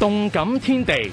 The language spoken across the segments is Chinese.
動感天地。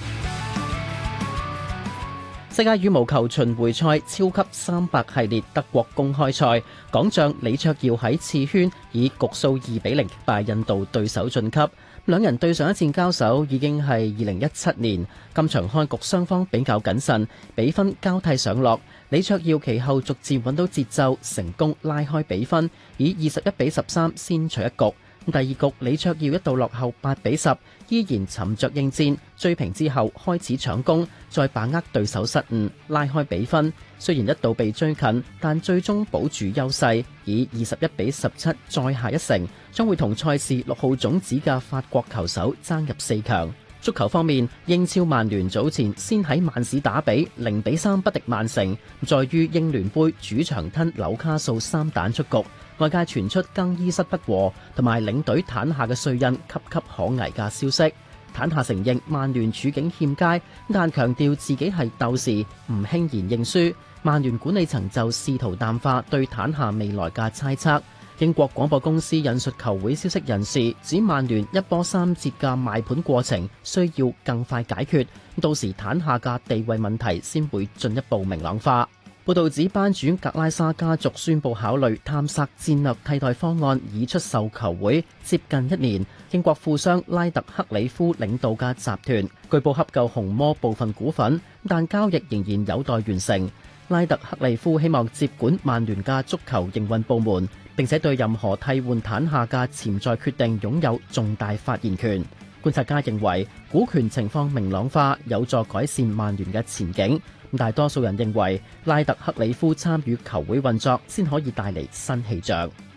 世界羽毛球巡迴賽超級300系列德國公開賽，港將李卓耀喺次圈以局數2-0擊敗印度對手晉級。兩人對上一戰交手已經係2017年，今場開局雙方比較謹慎，比分交替上落。李卓耀其後逐漸揾到節奏，成功拉開比分，以21-13先取一局。第二局李卓耀一度落後8-10，依然沉着應戰，追平之後開始搶攻，再把握對手失誤，拉開比分。雖然一度被追近，但最終保住優勢，以21-17再下一城，將會同賽事6號種子嘅法國球手爭入4強。足球方面，英超曼聯早前先喺曼市打比0-3不敵曼城，再於英聯杯主場吞紐卡素3蛋出局。外界傳出更衣室不和同埋領隊坦夏嘅帥印岌岌可危嘅消息。坦夏承認曼聯處境欠佳，但強調自己係鬥士，唔輕言認輸。曼聯管理層就試圖淡化對坦夏未來嘅猜測。英國廣播公司引述球會消息人士指，曼聯一波3折嘅賣盤過程需要更快解決，到時坦夏嘅地位問題先會進一步明朗化。報道指班主格拉沙家族宣布考慮探索戰略替代方案，以出售球會接近1年。英國富商拉特克里夫領導嘅集團據報洽購紅魔部分股份，但交易仍然有待完成。拉特克里夫希望接管曼聯嘅足球營運部門，並且對任何替換坦夏嘅潛在決定擁有重大發言權。觀察家認為，股權情況明朗化有助改善曼聯嘅前景。大多數人認為，拉特克里夫參與球會運作先可以帶嚟新氣象。